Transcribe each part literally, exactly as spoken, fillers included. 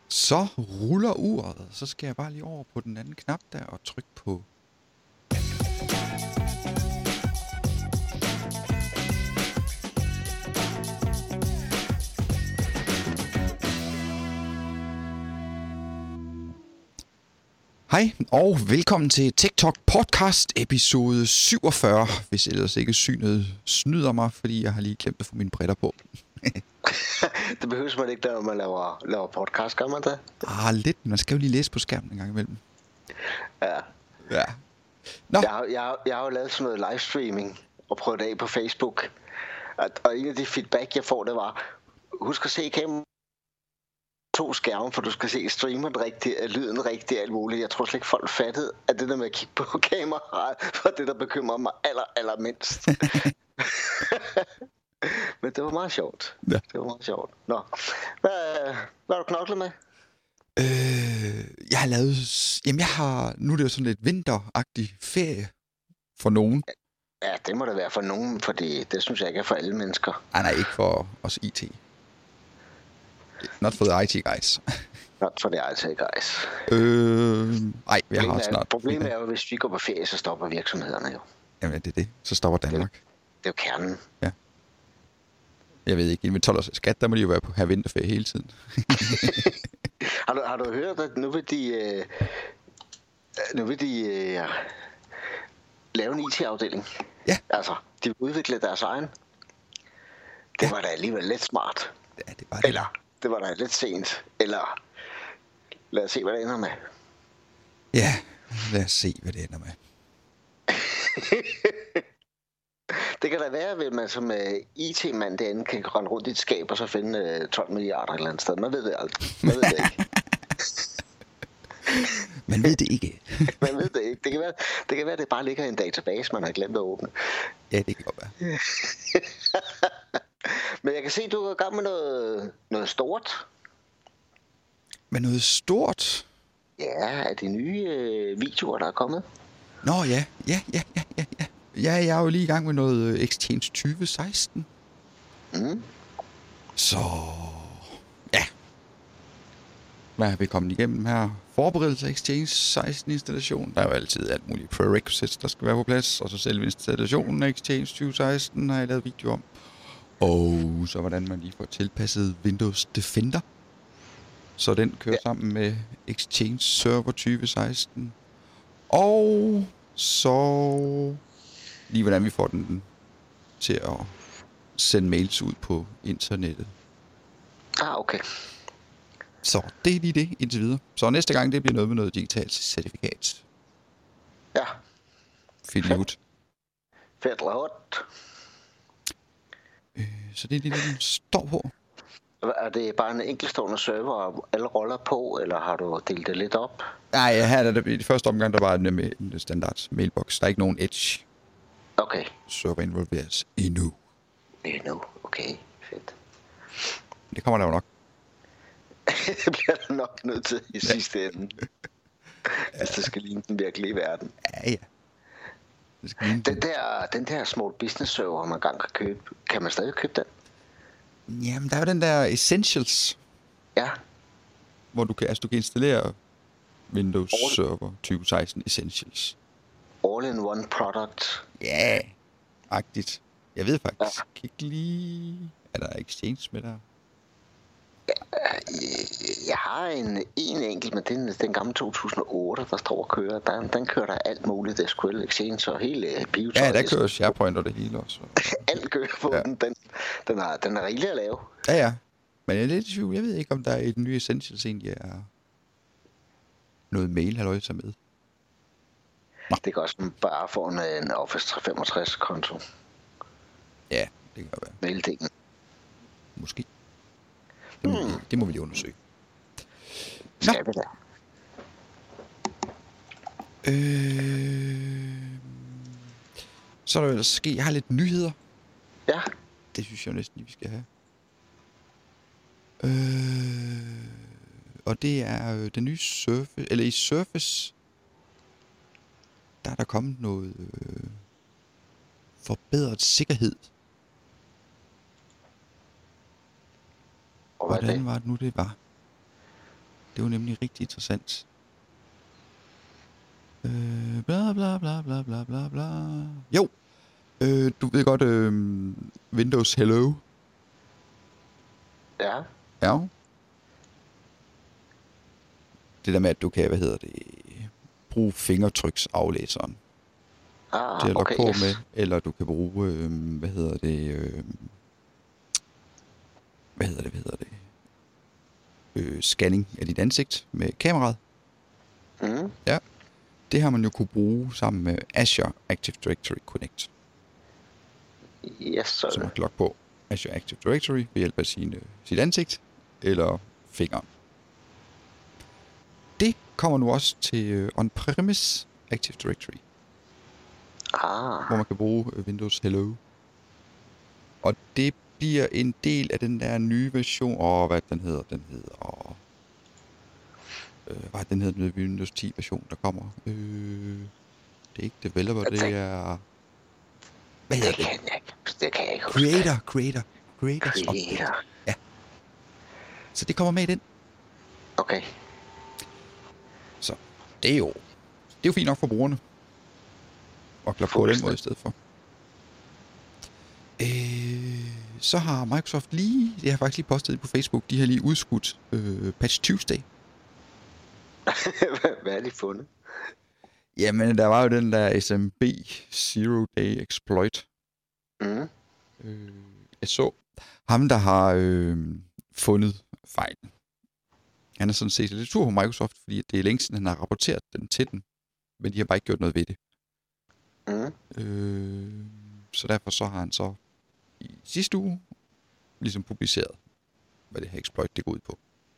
Så ruller uret. Så skal jeg bare lige over på den anden knap der og trykke på. Hej og velkommen til TikTok podcast episode syvogfyrre, hvis ellers ikke synet snyder mig, fordi jeg har lige glemt at få mine briller på. Det behøves man ikke, når man laver, laver podcast, gør man det? Ah, lidt. Man skal jo lige læse på skærmen en gang imellem. Ja. Ja. Nå. Jeg har, jeg, har, jeg har jo lavet sådan noget livestreaming og prøvet af på Facebook. Og, og en af de feedback, jeg får, det var, husk at se kameraet to skærme, for du skal se streameren rigtigt, lyden rigtig, alt muligt. Jeg tror slet ikke, folk fattede, at det der med at kigge på kameraet var det, der bekymrer mig aller, aller mindst. Men det var meget sjovt. Ja. Det var meget sjovt. Nå, hvad, hvad har du knoklet med? Øh, jeg har lavet... Jamen, jeg har... Nu er det jo sådan lidt vinteragtig ferie for nogen. Ja, det må det være for nogen, fordi det synes jeg ikke er for alle mennesker. Nej, nej, ikke for os I T. Not for the I T guys. Not for the I T guys. Øh, ej, jeg har er, snart... Problemet er jo, hvis vi går på ferie, så stopper virksomhederne jo. Jamen, det er det. Så stopper Danmark. Det, det er jo kernen. Ja. Jeg ved ikke, inden vi tolder skat, der må de jo være på her vinterferie hele tiden. har, du, har du hørt, at nu vil de, øh, nu vil de øh, lave en I T-afdeling? Ja. Altså, de vil udvikle deres egen. Det ja. var da alligevel lidt smart. Ja, det var det. Eller, det var da lidt sent. Eller, lad os se, hvad det ender med. Ja, lad os se, hvad det ender med. Det kan da være, at man som uh, I T-mand derinde kan rende rundt i et skab og så finde uh, tolv milliarder et eller andet sted. Man ved det aldrig. Man ved det ikke. Man ved det ikke. Man ved det ikke. Det kan være, det kan være, at det bare ligger i en database, man har glemt at åbne. Ja, det kan godt være. Men jeg kan se, at du er i gang med noget, noget stort. Men noget stort? Ja, af de nye øh, videoer, der er kommet. Nå ja, ja, ja, ja, ja, ja. Ja, jeg er jo lige i gang med noget Exchange tyve seksten. Mm. Så, ja. Hvad har vi kommet igennem her? Forberedelse af Exchange seksten installation. Der er jo altid alt muligt prerequisites, der skal være på plads. Og så selve installationen af Exchange tyve seksten har jeg lavet video om. Og så hvordan man lige får tilpasset Windows Defender. Så den kører ja. sammen med Exchange Server tyve seksten. Og så lige hvordan vi får den til at sende mails ud på internettet. Ah, okay. Så det er lige det indtil videre. Så næste gang det bliver noget med noget digitalt certifikat. Ja. Fedt. Fedt lavet. Øh, så det er lige det, den står på. Er det bare en enkeltstående server, og alle roller på, eller har du delt det lidt op? Nej, her er det i de første omgang, der var en, en standard mailbox. Der er ikke nogen Edge. Okay. Server involveres endnu. Endnu, okay. Fedt. Det kommer der jo nok. Det bliver der nok nødt til i ja. sidste ende. Hvis det skal ligne den virkelige verden. Ja, ja. Det skal ligne den, der, den der small business server, man gang kan købe, kan man stadig købe den? Jamen, der er jo den der Essentials. Ja. Hvor du kan, altså, du kan installere Windows All... Server tyve seksten Essentials. All in one product. Ja, yeah. Agtigt. Jeg ved faktisk ja. ikke lige... Er der Exchange med der? Jeg har en, en enkelt, men den, den gamle to tusind og otte, der står og kører. Den, den kører der alt muligt, S Q L, Exchange og hele biotøj. Ja, der kører SharePoint og det hele også. Alt kører på ja. den. Den, den, er, den er rigelig at lave. Ja, ja. Men jeg er lidt i tvivl. Jeg ved ikke, om der i den nye Essentials egentlig er noget mail, halløj, så med. Nå. Det kan også bare få en, en Office tre femogtres konto. Ja, det kan være. Maildelen. Måske. Det må, hmm. vi, det må vi lige undersøge. Skal vi da? Øh... Så er der ellers ske. Jeg har lidt nyheder. Ja. Det synes jeg næsten, vi skal have. Øh... Og det er øh, den nye Surface, eller i Surface, der er der kommet noget øh, forbedret sikkerhed. Og hvad Hvordan det? var det nu, det var? Det er jo nemlig rigtig interessant. Øh, bla bla bla bla bla bla bla. Jo, øh, du ved godt, øh, Windows Hello. Ja. Ja. Det der med, at du kan, hvad hedder det, bruge fingertryksaflæseren Ah, til at logge okay, på yes. med, eller du kan bruge, øh, hvad hedder det, øh, hvad hedder det, hvad hedder det, øh, scanning af dit ansigt med kameraet. Mm. Ja, det har man jo kunne bruge sammen med Azure Active Directory Connect. Yes, Så sir. man kan logge på Azure Active Directory ved hjælp af sine, sit ansigt eller fingeren. Det kommer nu også til øh, on-premise Active Directory, Ah, hvor man kan bruge øh, Windows Hello. Og det bliver en del af den der nye version. Åh, hvad den hedder, den hedder... Øh, hvad den hedder, den Windows ti version, der kommer. Øh, det er ikke developer, Jeg det tænker- er... Hvad hedder det det? kan jeg ikke. Det kan jeg ikke huske. Creator, Creator, Creators Update. Creator. Så det kommer med i den. Okay. Så det er jo, det er jo fint nok for brugerne. Og klare på den måde i stedet for. Øh, så har Microsoft lige, det har jeg faktisk lige postet det på Facebook, de har lige udskudt øh, Patch Tuesday. Hvad er de fundet? Jamen, der var jo den der S M B Zero Day Exploit. Mm. Øh, jeg så ham, der har øh, fundet fejlen. Han er sådan set lidt sur på Microsoft, fordi det er længe siden, han har rapporteret den til den. Men de har bare ikke gjort noget ved det. Mm. Øh, så derfor så har han så i sidste uge ligesom publiceret, hvad det her exploit det går ud på.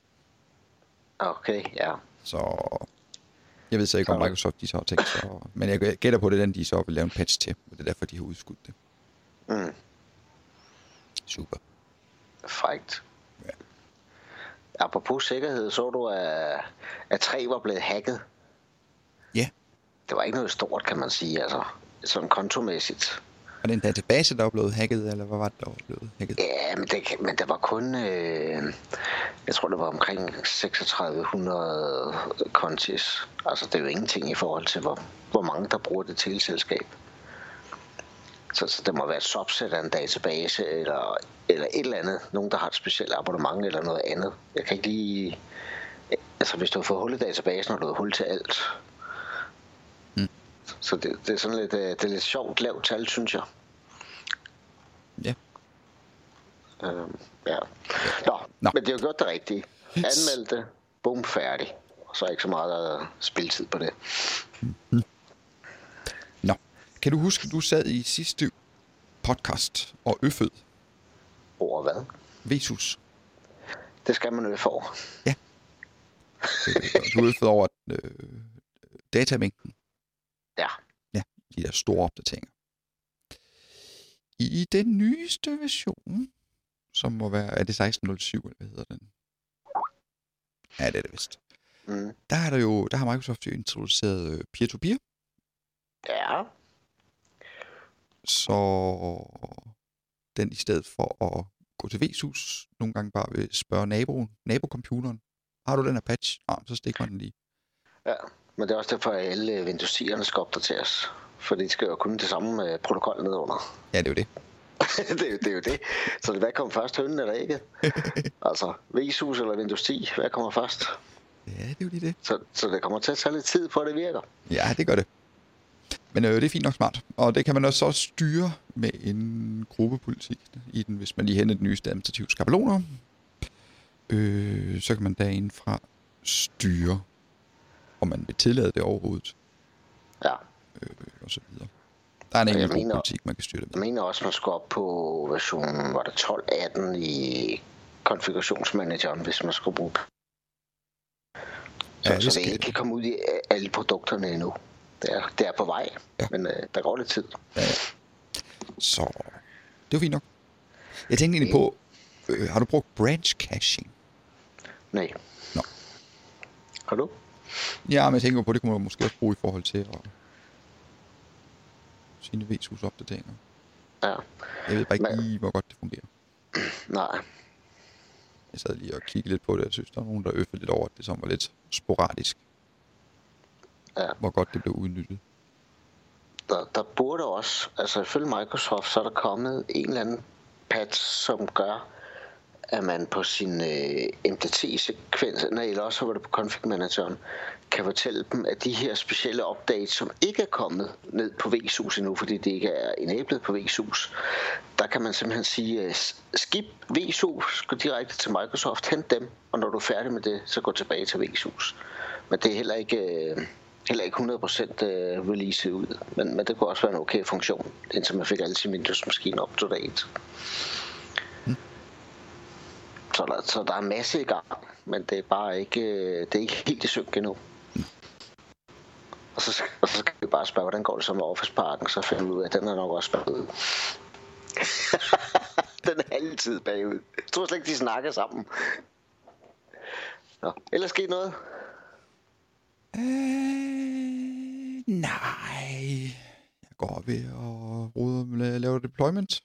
Okay, ja. Så jeg ved så ikke, om Microsoft de så har tænkt sig, men jeg gætter på det, den de så vil lave en patch til, og det er derfor, de har udskudt det. Mm. Super. Frækt. Ja. Apropos sikkerhed, så du, at, at tre var blevet hacket? Ja. Det var ikke noget stort, kan man sige, altså. Sådan kontomæssigt. Og den database, der var blevet hacket, eller hvad var det, der var blevet hacket? Ja, men det, men det var kun, øh, jeg tror, det var omkring treogtres hundrede kontis. Altså, det er jo ingenting i forhold til, hvor, hvor mange der bruger det teleselskab. Så, så det må være et subset af en database, eller, eller et eller andet. Nogen, der har et specielt abonnement, eller noget andet. Jeg kan ikke lige... Altså, hvis du har fået hul i databasen, har du har hul til alt. Mm. Så det, det er sådan lidt, det er lidt sjovt lavt tal, synes jeg. Ja. Øhm, ja. Nå, Nå, men det har gjort det rigtige. Anmeld det, bum, færdig. Og så er ikke så meget spiltid på det. Mm. Nå, kan du huske, du sad i sidste podcast og øffede? Over hvad? Vesus. Det skal man øffe over. Ja. Du øffede over øh, datamængden. Ja. Ja, de der store opdateringer. I den nyeste version, som må være, er det seksten nul syv, eller hvad hedder den? Ja, det er det vist. Mm. Der er der jo, der har Microsoft jo introduceret peer-to-peer. Ja. Så den i stedet for at gå til Vesus, nogle gange bare vil spørge naboen, nabocomputeren. Har du den her patch? Ja, så stikker man den lige. Ja, men det er også derfor, at alle Windows ti'erne skal opdateres. For de skal jo kunne det samme protokol nedunder. Ja, det er jo det. det, er jo, det er jo det. Så hvad kommer først, hønnen eller ikke? Altså, Vesus eller Windows ti, hvad kommer først? Ja, det er jo lige det. Så, så det kommer til at tage lidt tid på, at det virker. Ja, det gør det. Men øh, det er fint nok smart. Og det kan man også styre med en gruppepolitik i den, hvis man lige henter den nyeste administrative skabeloner. Øh, så kan man derindefra styre, om man vil tillade det overhovedet. Ja. Øh, og så videre. Der er en enkelt mener, gruppepolitik, man kan styre det med. Jeg mener også, man skal op på versionen, var det tolv atten i konfigurationsmanageren, hvis man skulle bruge. Så, ja, det, så det ikke kan komme ud i alle produkterne endnu. Det er, det er på vej, ja. Men øh, der går lidt tid. Ja, ja. Så det er fint nok. Jeg tænkte egentlig på, øh, har du brugt branch caching? Nej. Nå. Har du? Ja, men jeg tænker på, det kunne man måske også bruge i forhold til at sine Vesus-opdateringer. Ja. Jeg ved bare ikke men... lige, hvor godt det fungerer. Nej. Jeg sad lige og kiggede lidt på det, jeg synes, der var nogen, der øffede lidt over, at det som var lidt sporadisk. Ja. Hvor godt det blev udnyttet. Der, der burde også, altså ifølge Microsoft, så er der kommet en eller anden patch, som gør, at man på sin øh, M D T-sekvens, nej, eller også var det på config-manageren, kan fortælle dem, at de her specielle updates, som ikke er kommet ned på VSUS endnu, fordi det ikke er enabled på VSUS, der kan man simpelthen sige, uh, skip VSUS, gå direkte til Microsoft, hent dem, og når du er færdig med det, så gå tilbage til VSUS. Men det er heller ikke, uh, heller ikke hundrede procent uh, releaset ud, men, men det kunne også være en okay funktion, indtil man fik alle sine Windows-maskiner up to date. Så der, så der er en masse i gang, men det er bare ikke, det er ikke helt i synk endnu. Og så, og så skal vi bare spørge, hvordan går det så med Office-parken, så finder vi ud af, at den er nok også bagud. Den er altid bagud. Jeg tror slet ikke, de snakker sammen. Nå, ellers sket noget? Øh, nej. Jeg går ved at rode med at lave deployment.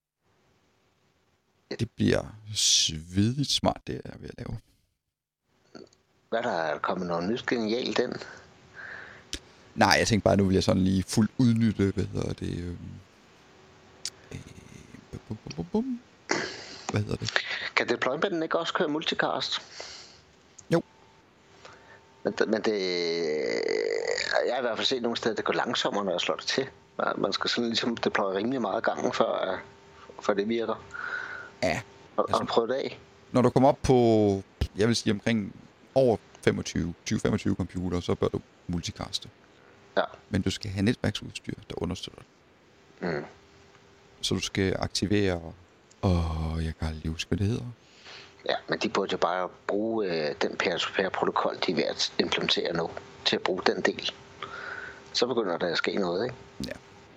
Det bliver svedigt smart, det er jeg ved at lave. Hvad der er kommet noget nyt genialt den? Nej, jeg tænkte bare, at nu vil jeg sådan lige fuldt udnytte, hvad hedder det? Øh, øh, bum, bum, bum, bum. Hvad hedder det? Kan deploymenten ikke også køre multicast? Jo. Men, men det... Jeg har i hvert fald set nogle steder, det går langsommere, når jeg slår det til. Man skal sådan ligesom deploye rimelig meget gangen, før, før det virker. Ja. Har altså, du prøvet det af? Når du kommer op på, jeg vil sige omkring over femogtyve, tyve til femogtyve computer, så bør du multicaste. Ja. Men du skal have netværksudstyr, der understøtter det. Mm. Så du skal aktivere, åh, jeg kan aldrig huske, hvad det hedder. Ja, men de burde jo bare bruge øh, den peer-to-peer protokol, de er ved at implementere nu, til at bruge den del. Så begynder der at ske noget, ikke? Ja.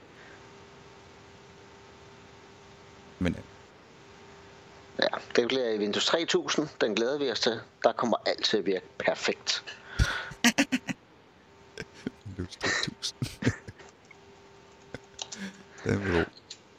Men ja. Ja, det bliver i Windows tre tusind. Den glæder vi os til. Der kommer alt til at virke perfekt. Windows tre tusind. Det er vel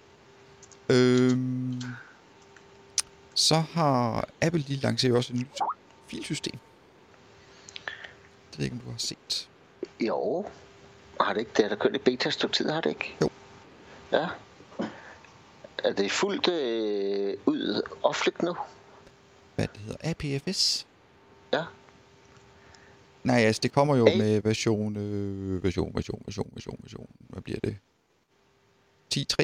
øhm, Så har Apple lige lanceret også et nyt filsystem. Det ved jeg ikke, om du har set. Jo. Har det ikke? Det er der kørt i beta stykke tid, har det ikke? Jo. Ja. Er det fuldt øh, ud offentligt nu? Hvad det hedder? A P F S? Ja. Nej, altså det kommer jo A- med version, øh, version, version, version, version, version. Hvad bliver det? ti punkt tre?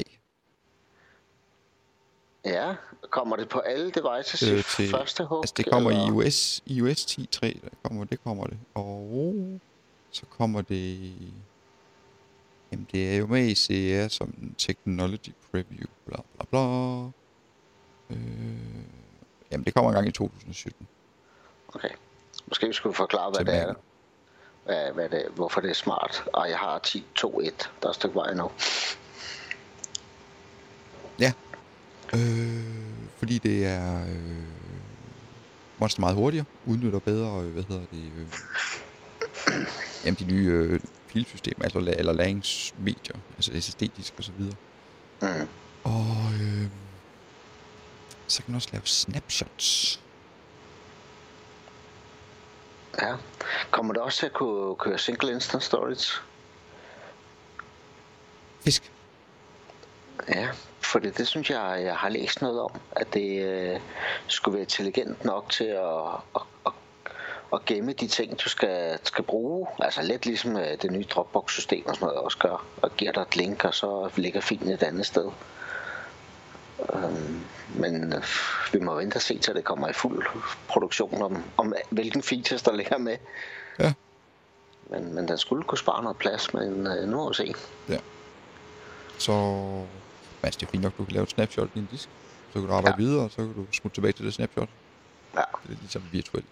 Ja. Kommer det på alle devices Øh, i til- første hug? Altså det kommer eller? i iOS, iOS ti punkt tre, der kommer, det kommer det. Og så kommer det... Jamen det er jo med i C E R som en Technology Preview, bla bla bla. Øh, jamen det kommer en gang i to tusind og sytten. Okay. Måske vi skulle forklare, hvad Til det er. Mac. Hvad, hvad det, hvorfor det er smart. Og jeg har ti punkt to punkt et. Der er et stykke vej nu. Ja. Øh, fordi det er øh, monster meget hurtigere, udnytter bedre, øh, hvad hedder det, øh, jamen de nye øh, filsystemer, altså la- eller lagringsmedier, altså S S D-disk og så videre. Mm. Og øh, så kan man også lave snapshots. Ja. Kommer det også til at kunne køre single instance storage? Fisk. Ja, for det, det synes jeg, jeg har læst noget om, at det øh, skulle være intelligent nok til at, at, at, at gemme de ting, du skal, skal bruge. Altså lidt ligesom øh, det nye Dropbox-system og sådan noget også gør, og giver dig et link, og så ligger filen et andet sted. Øhm, men øh, vi må vente og se, til det kommer i fuld produktion, om, om hvilken features der ligger med. Ja. Men, men den skulle kunne spare noget plads, men øh, nu må vi se. Ja. Så altså, det er fint nok, du kan lave et snapshot i din disk. Så kan du arbejde Ja. videre, og så kan du smutte tilbage til det snapshot. Ja. Det er ligesom virtuelt.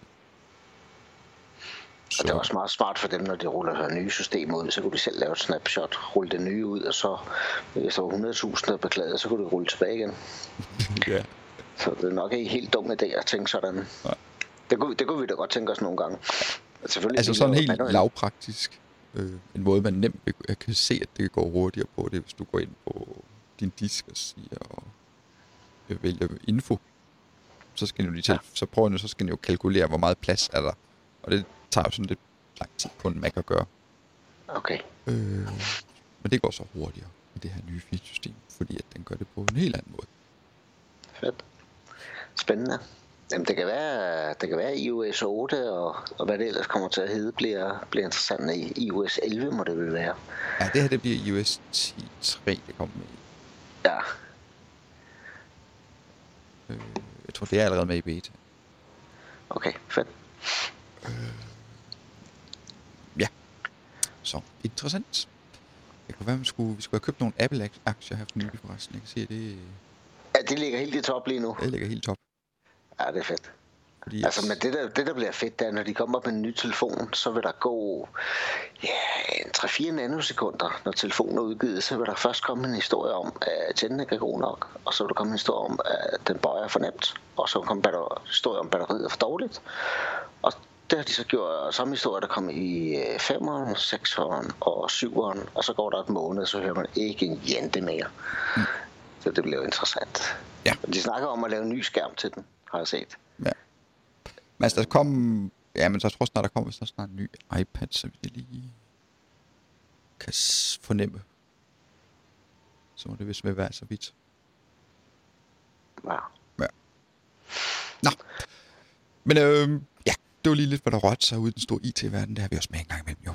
Og det er også meget smart for dem, når de ruller her nye systemer ud, så kunne de selv lave et snapshot, rulle det nye ud, og så hvis der var hundrede tusind der beklagede, så kunne de rulle tilbage igen. Ja. Så det er nok ikke helt dum idé at tænke sådan. Nej. Det kunne, det kunne vi da godt tænke os nogle gange. Selvfølgelig Altså vi sådan laver helt manuelt. lavpraktisk. Øh, en måde, man nemt vil- kan se, at det går hurtigere på, det er, hvis du går ind på din disk og siger, og øh, vælger info. så skal den jo lige til, ja. så prøver den, så skal den jo kalkulere, hvor meget plads er der. Og det tager jo sådan lidt lang tid på en Mac at gøre. Okay. Øh, men det går så hurtigere med det her nye feed-system, fordi at den gør det på en helt anden måde. Fedt. Spændende. Jamen, det kan være, det kan være i U S otte, og, og hvad det ellers kommer til at hedde, bliver, bliver interessant. I, i U S elleve må det vel være. Ja, det her det bliver i U S ti punkt tre, det kommer med i. Ja. Øh, jeg tror, det er allerede med i beta. Okay, fedt. Øh, ja. Så, interessant. Det kunne være, at vi skulle, vi skulle have købt nogle Apple-aktier her for nylig forresten. Jeg kan se, at det... Ja, det ligger helt i top lige nu. Det ligger helt top. Ja, det er fedt. Fordi altså, men det der, det der bliver fedt, det er, når de kommer op med en ny telefon, så vil der gå ja, tre fire nanosekunder, når telefonen er udgivet, så vil der først komme en historie om, at tænden ikke er god nok, og så vil der komme en historie om, at den bøjer for nemt, og så vil der komme en historie om, at batteriet er for dårligt. Og det har de så gjort samme historie, der kom i femeren, sekseren og syveren, og så går der et måned, så hører man ikke en jente mere. Mm. Så det bliver jo interessant. Ja. De snakker om at lave en ny skærm til den, har jeg set. Ja. Men altså, der kom... Ja, men så tror jeg snart, der kommer så snart en ny iPad, så vi lige kan fornemme. Så må det vist være så vidt. Ja. Ja. Nå. Men øh, ja, det var lige lidt, hvad der rørte sig ude i den store I T-verden. Det har vi også med en gang imellem, jo.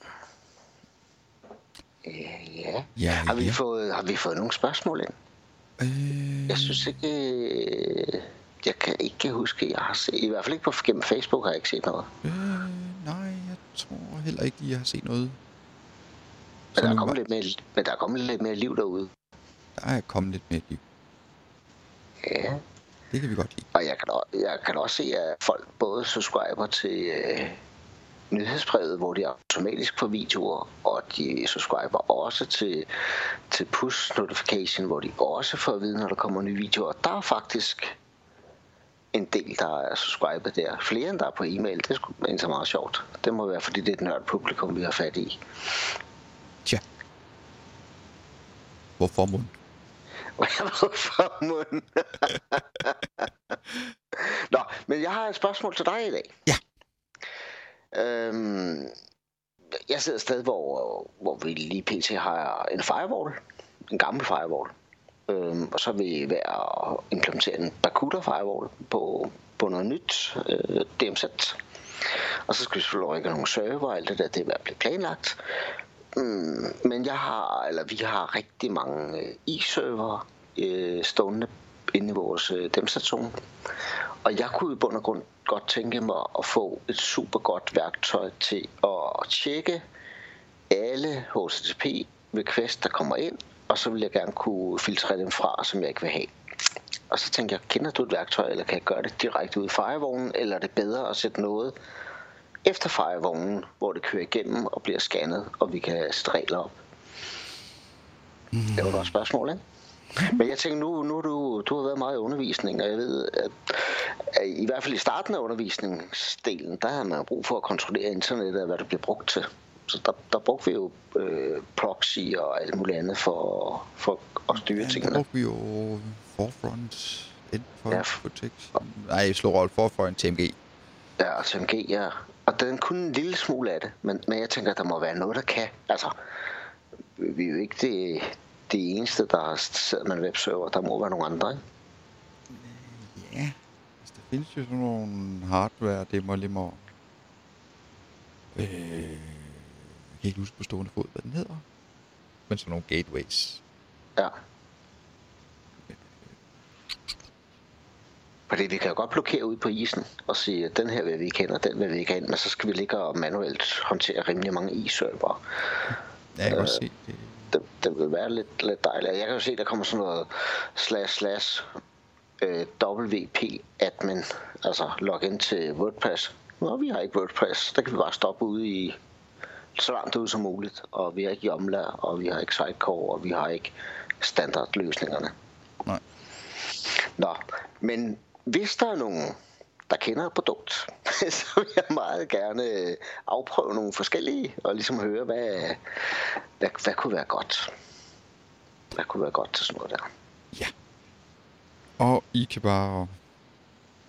Øh, ja. ja. Har vi, ja. Fået, har vi fået nogle spørgsmål ind? Øh... Jeg synes ikke... Jeg kan ikke huske, jeg har set... I hvert fald ikke på gennem Facebook har jeg ikke set noget. Øh, nej, jeg tror heller ikke, jeg har set noget. Men der, er kommet lidt mere, men der er kommet lidt mere liv derude. Der er kommet lidt mere liv. Ja. Det kan vi godt lide. Og jeg kan, jeg kan også se, at folk både subscriber til øh, nyhedsbrevet, hvor de automatisk får videoer, og de subscriber også til, til push notification, hvor de også får at vide, når der kommer nye videoer. Der er faktisk en del, der er subscribet der. Flere end der er på e-mail. Det er sgu ikke så meget sjovt. Det må være, fordi det er et nørdt publikum, vi har fat i. Tja. Hvorfor mund? Hvorfor mund? Nå, men jeg har et spørgsmål til dig i dag. Ja. Øhm, jeg sidder et sted, hvor, hvor vi lige pt. Har en firewall. En gammel firewall. Øhm, og så er vi ved at implementere en Barracuda firewall på, på noget nyt øh, D M Z. Og så skal vi selvfølgelig ikke have nogle server og alt det der, det er ved at blive planlagt. Mm, men jeg har, eller vi har rigtig mange øh, i-server øh, stående inde i vores øh, D M Z-zone. Og jeg kunne i bund og grund godt tænke mig at få et super godt værktøj til at tjekke alle H T T P requests, der kommer ind. Og så vil jeg gerne kunne filtrere dem fra, som jeg ikke vil have. Og så tænker jeg, kender du et værktøj, eller kan jeg gøre det direkte ud i firewallen, eller er det bedre at sætte noget efter firewallen, hvor det kører igennem og bliver scannet, og vi kan sætte regler op? Mm. Det var et godt spørgsmål, ikke? Men jeg tænker, nu, nu du, du har været meget i undervisning, og jeg ved, at, at i hvert fald i starten af undervisningsdelen, der har man brug for at kontrollere internettet og hvad det bliver brugt til. Så der, der brugte vi jo øh, proxy og alt muligt andet for, for at styre ja, tingene. Der brugte vi jo Forefront, Endpoint ja. Protection. Nej, slå roll Forefront, T M G. Ja, T M G, ja. Og den kunne en lille smule af det, men, men jeg tænker, at der må være noget, der kan. Altså, vi er jo ikke det, det eneste, der sidder med en webserver. Der må være nogle andre, ikke? Ja, altså, der findes jo sådan nogle hardware, det må lige må... Øh... Jeg kan ikke huske på stående fod, hvad den hedder. Men sådan nogle gateways. Ja. Fordi vi kan jo godt blokere ud på isen og sige, at den her vil vi ikke hen, og den vil vi ikke hen, men så skal vi ligge og manuelt håndtere rimelig mange i-servere. Ja, jeg kan øh, godt se det. det. Det vil være lidt, lidt dejligt. Jeg kan jo se, der kommer sådan noget slash slash øh, W P admin, altså login til WordPress. Nå, vi har ikke WordPress, der kan vi bare stoppe ude i så langt ud som muligt, og vi har ikke Joomla, og vi har ikke Sitecore, og vi har ikke standardløsningerne. Nej. Nå, men hvis der er nogen, der kender et produkt, så vil jeg meget gerne afprøve nogle forskellige, og ligesom høre, hvad, hvad, hvad kunne være godt. Hvad kunne være godt til sådan noget der? Ja. Og I kan bare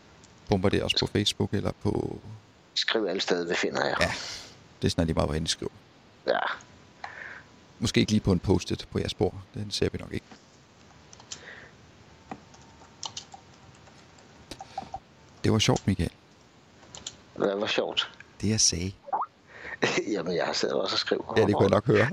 bombarderer os på Facebook eller på... Skriv alle steder, hvad finder jeg. Ja, det er sådan lige meget, hvor I skriver. Ja. Måske ikke lige på en post-it på jeres bord. Den ser vi nok ikke. Det var sjovt, Michael. Det var sjovt. Det jeg sagde. Jamen, jeg har siddet også og skrevet. Ja, det kunne jeg nok høre.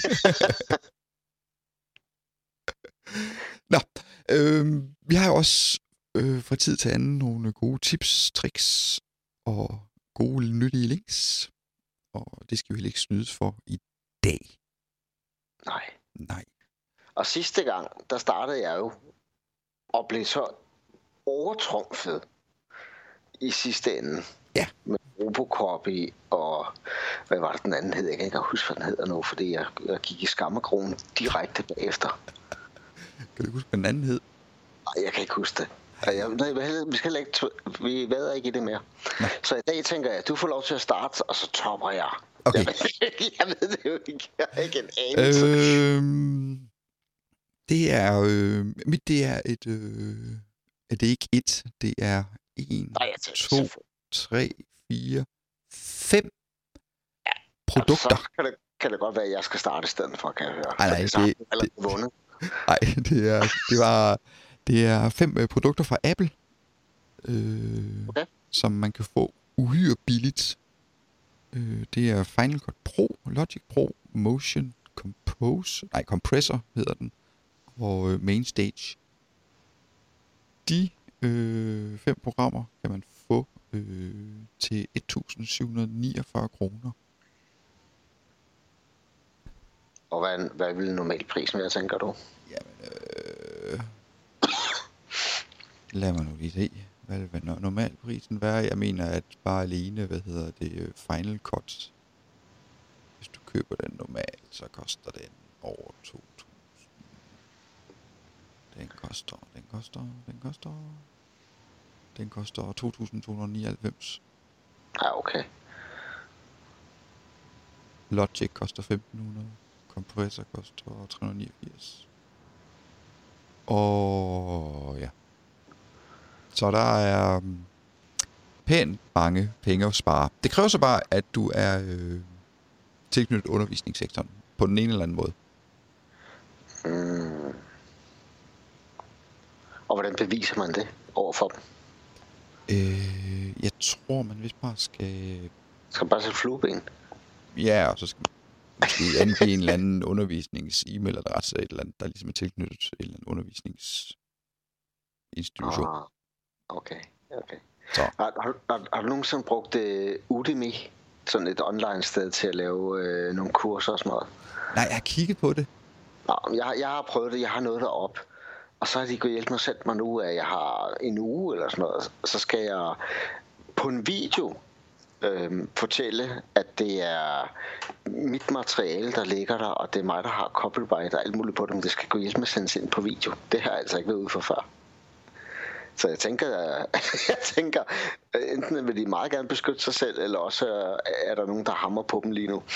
Nå, øh, vi har jo også øh, fra tid til anden nogle gode tips, tricks og gode, nyttige links. Og det skal vi heller ikke snydes for i dag. Nej. Nej. Og sidste gang, der startede jeg jo og blev så overtrumfet i sidste ende. Ja. Med Robocopy og hvad var det den anden hed? Jeg kan ikke huske, hvad den hedder nu, fordi jeg, jeg gik i skammekrogen direkte bagefter. Kan du huske, hvad den anden hed? Nej, jeg kan ikke huske det. Jeg, nej, vi skal ikke, vi vader ikke i det mere. Nej. Så i dag tænker jeg, at du får lov til at starte, og så topper jeg. Okay. Jeg ved, jeg ved det jo ikke. Jeg har ikke en anelse. Øhm, det er øh, mit det er et øh, er det ikke et, det er en, Nej, to, tre, fire, fem ja. produkter. Altså, så kan det, kan det godt være, at jeg skal starte i stedet for, kan jeg høre. Ej, nej, det, det, det, vundet. Nej, det er det var det er fem øh, produkter fra Apple, øh, okay. som man kan få uhyre billigt. Øh, det er Final Cut Pro, Logic Pro, Motion Compose, nej Compressor hedder den, og øh, Main Stage. De øh, fem programmer kan man få øh, til et tusind syv hundrede niogfyrre kroner. Og hvad, hvad vil normalprisen være, tænker du? Jamen, øh, lad mig nu lige se. Hvad vil normalprisen være? Jeg mener, at bare alene, hvad hedder det, Final Cut. Hvis du køber den normalt, så koster den over to tusind. Den koster, den koster, den koster... Den koster to tusind to hundrede nioghalvfems. Ja, okay. Logic koster femten hundrede. Compressor koster tre hundrede niogfirs. Og ja. Så der er um, pænt mange penge at spare. Det kræver så bare, at du er øh, tilknyttet undervisningssektoren på den ene eller anden måde. Mm. Og hvordan beviser man det overfor dem? Øh, jeg tror, man vist bare skal... Skal bare sætte flueben? Ja, og så skal man angive en eller anden undervisnings-e-mailadresse, eller et eller andet, der ligesom er tilknyttet til en eller anden undervisningsinstitution. Ah, okay, okay. Så. Har, har, har, har du nogensinde brugt uh, Udemy, sådan et online sted til at lave uh, nogle kurser og sådan noget? Nej, jeg har kigget på det. Nå, jeg, jeg har prøvet det, jeg har noget derop. Og så har de gået hjælp mig sendt mig nu, at jeg har en uge eller sådan noget. Så skal jeg på en video øhm, fortælle, at det er mit materiale, der ligger der, og det er mig, der har copyright og alt muligt på det, men det skal gå hjælp med sendes ind på video. Det har jeg altså ikke været ude for før. Så jeg tænker, jeg tænker, enten vil de meget gerne beskytte sig selv, eller også er der nogen, der hammer på dem lige nu.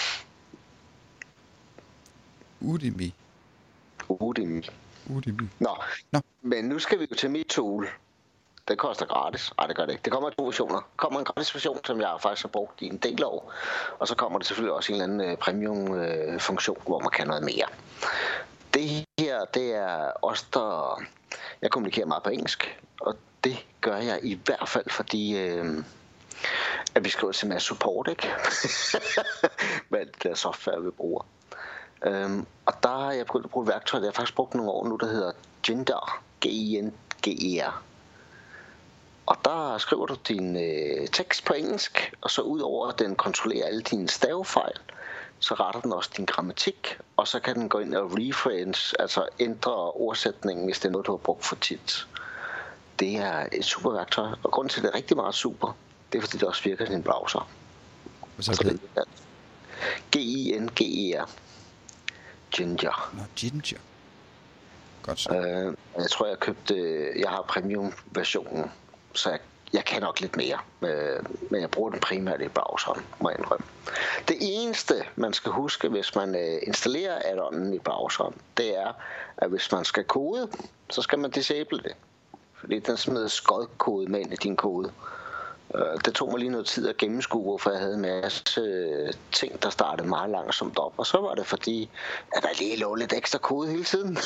Udemy. Udemy. Udemy. Nå. Nå, men nu skal vi jo til mit tool. Det koster gratis. Nej, det gør det ikke. Det kommer i to versioner. Der kommer en gratis version, som jeg faktisk har brugt i en del år. Og så kommer det selvfølgelig også en eller anden premium øh, funktion, hvor man kan noget mere. Det her, det er også der... Jeg kommunikerer meget på engelsk, og det gør jeg i hvert fald, fordi øh, at vi skriver til med support, ikke? Med alt det software, vi bruger. Um, og der har jeg begyndt at bruge et værktøj, det har jeg faktisk brugt nogle år nu, der hedder Ginger, G I N G E R. Og der skriver du din øh, tekst på engelsk, og så udover at den kontrollerer alle dine stavefejl, så retter den også din grammatik, og så kan den gå ind og reference, altså ændre ordsætningen, hvis det er noget, du har brugt for tit. Det er et super værktøj, og grunden til, at det er rigtig meget super, det er fordi, det også virker i din browser. hvad så det? G I N G E R. Ginger. Nå, Ginger. Godt så. Øh, jeg tror, jeg købte, jeg har premium-versionen, så jeg, jeg kan nok lidt mere, øh, men jeg bruger den primært i browseren, må jeg indrømme. Det eneste, man skal huske, hvis man øh, installerer add-onen i browseren, det er, at hvis man skal kode, så skal man disable det. fordi den smed skodkode med ind i din kode. Uh, det tog mig lige noget tid at gennemskue, hvorfor jeg havde en masse uh, ting, der startede meget langsomt op. Og så var det fordi, at der lige lå lidt ekstra kode hele tiden.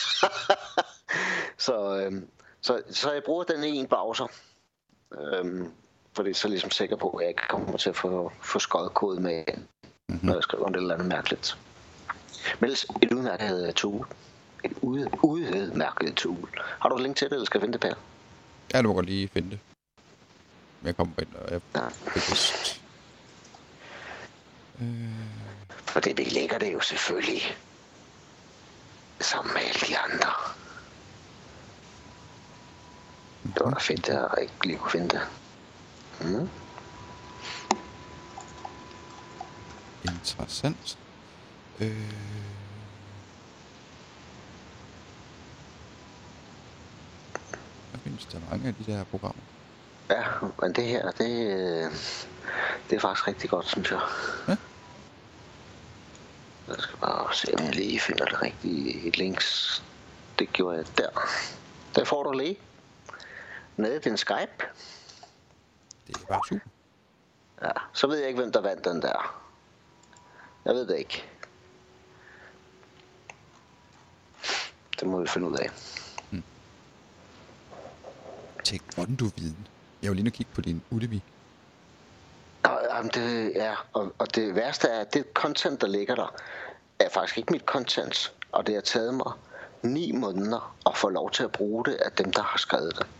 så, uh, så, så jeg bruger den i en browser. Uh, fordi så er jeg ligesom sikker på, at jeg ikke kommer til at få, få skodkode med ind, mm-hmm. når jeg skriver noget eller andet mærkeligt. Men ellers et udmærket tool. Et ude, udmærket tool. Har du et link til det, eller skal jeg finde det, Per? Ja, du må godt lige finde det. Men jeg kommer på ind, og jeg ja. Bevidst. Øh... For det, det ligger det jo selvfølgelig sammen med alle de andre. Mm-hmm. Det var da fedt, at jeg ikke lige kunne finde det. Mm. Interessant. Øh... Der findes der mange af de der programmer. Ja, men det her, det, det er faktisk rigtig godt, synes jeg. Ja. Jeg skal bare se, om jeg lige finder det rigtige links. Det gjorde jeg der. Der får du lige. Nede i din Skype. Det er bare super. Ja, så ved jeg ikke, hvem der vandt den der. Jeg ved det ikke. Det må vi finde ud af. Hmm. Taekwondo-viden. Jeg vil lige nu kigge på din Udemy. Jamen det, ja, og, og det værste er, at det content, der ligger der, er faktisk ikke mit content. Og det har taget mig ni måneder at få lov til at bruge det af dem, der har skrevet det.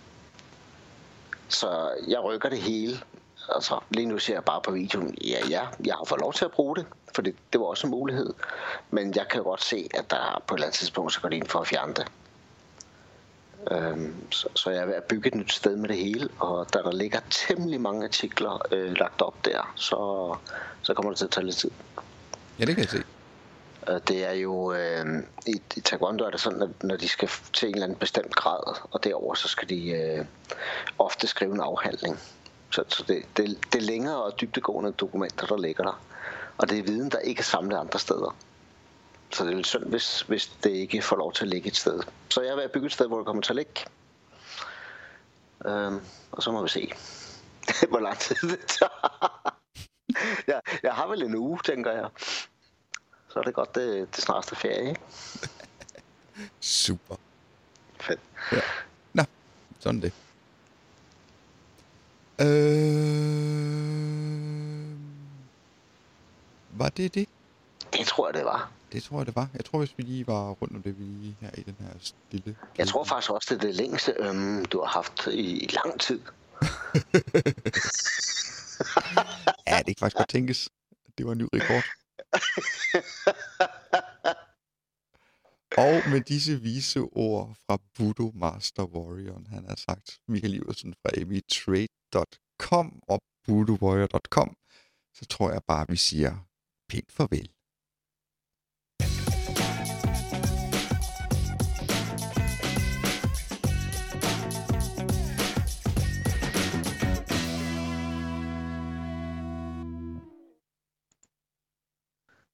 Så jeg rykker det hele. Altså, lige nu ser jeg bare på videoen, ja, ja, jeg har fået lov til at bruge det, for det, det var også en mulighed. Men jeg kan godt se, at der på et eller andet tidspunkt, så går det ind for at fjerne det. Øhm, så, så jeg er ved at bygge et nyt sted med det hele, og da der ligger temmelig mange artikler øh, lagt op der, så, så kommer det til at tage lidt tid. Ja, det kan jeg se. Det er jo, øh, i, i Taekwondo er det sådan, at når de skal til en eller anden bestemt grad, og derover så skal de øh, ofte skrive en afhandling. Så, så det, det, det er længere og dybdegående dokumenter, der ligger der. Og det er viden, der ikke er samlet andre steder. Så det er lidt synd, hvis, hvis det ikke får lov til at ligge et sted. Så jeg er ved at bygge et sted, hvor det kommer til at ligge. Øhm, og så må vi se, hvor lang tid det tager. jeg, jeg har vel en uge, tænker jeg. Så er det godt, det, det snareste ferie, ikke? Super. Fedt. Ja. Nå, sådan det. Øh... Var det det? Det tror jeg, det var. Det tror jeg, det var. Jeg tror, hvis vi lige var rundt om det, vi lige her i den her stille... Jeg tror faktisk også, det er det længste, øhm, du har haft i, i lang tid. Ja, det kan faktisk godt tænkes. Det var en ny rekord. Og med disse vise ord fra Budo Master Warrior, han har sagt, Michael Iversen fra amitrade punktum com og budo warrior punktum com, så tror jeg bare, vi siger pænt farvel.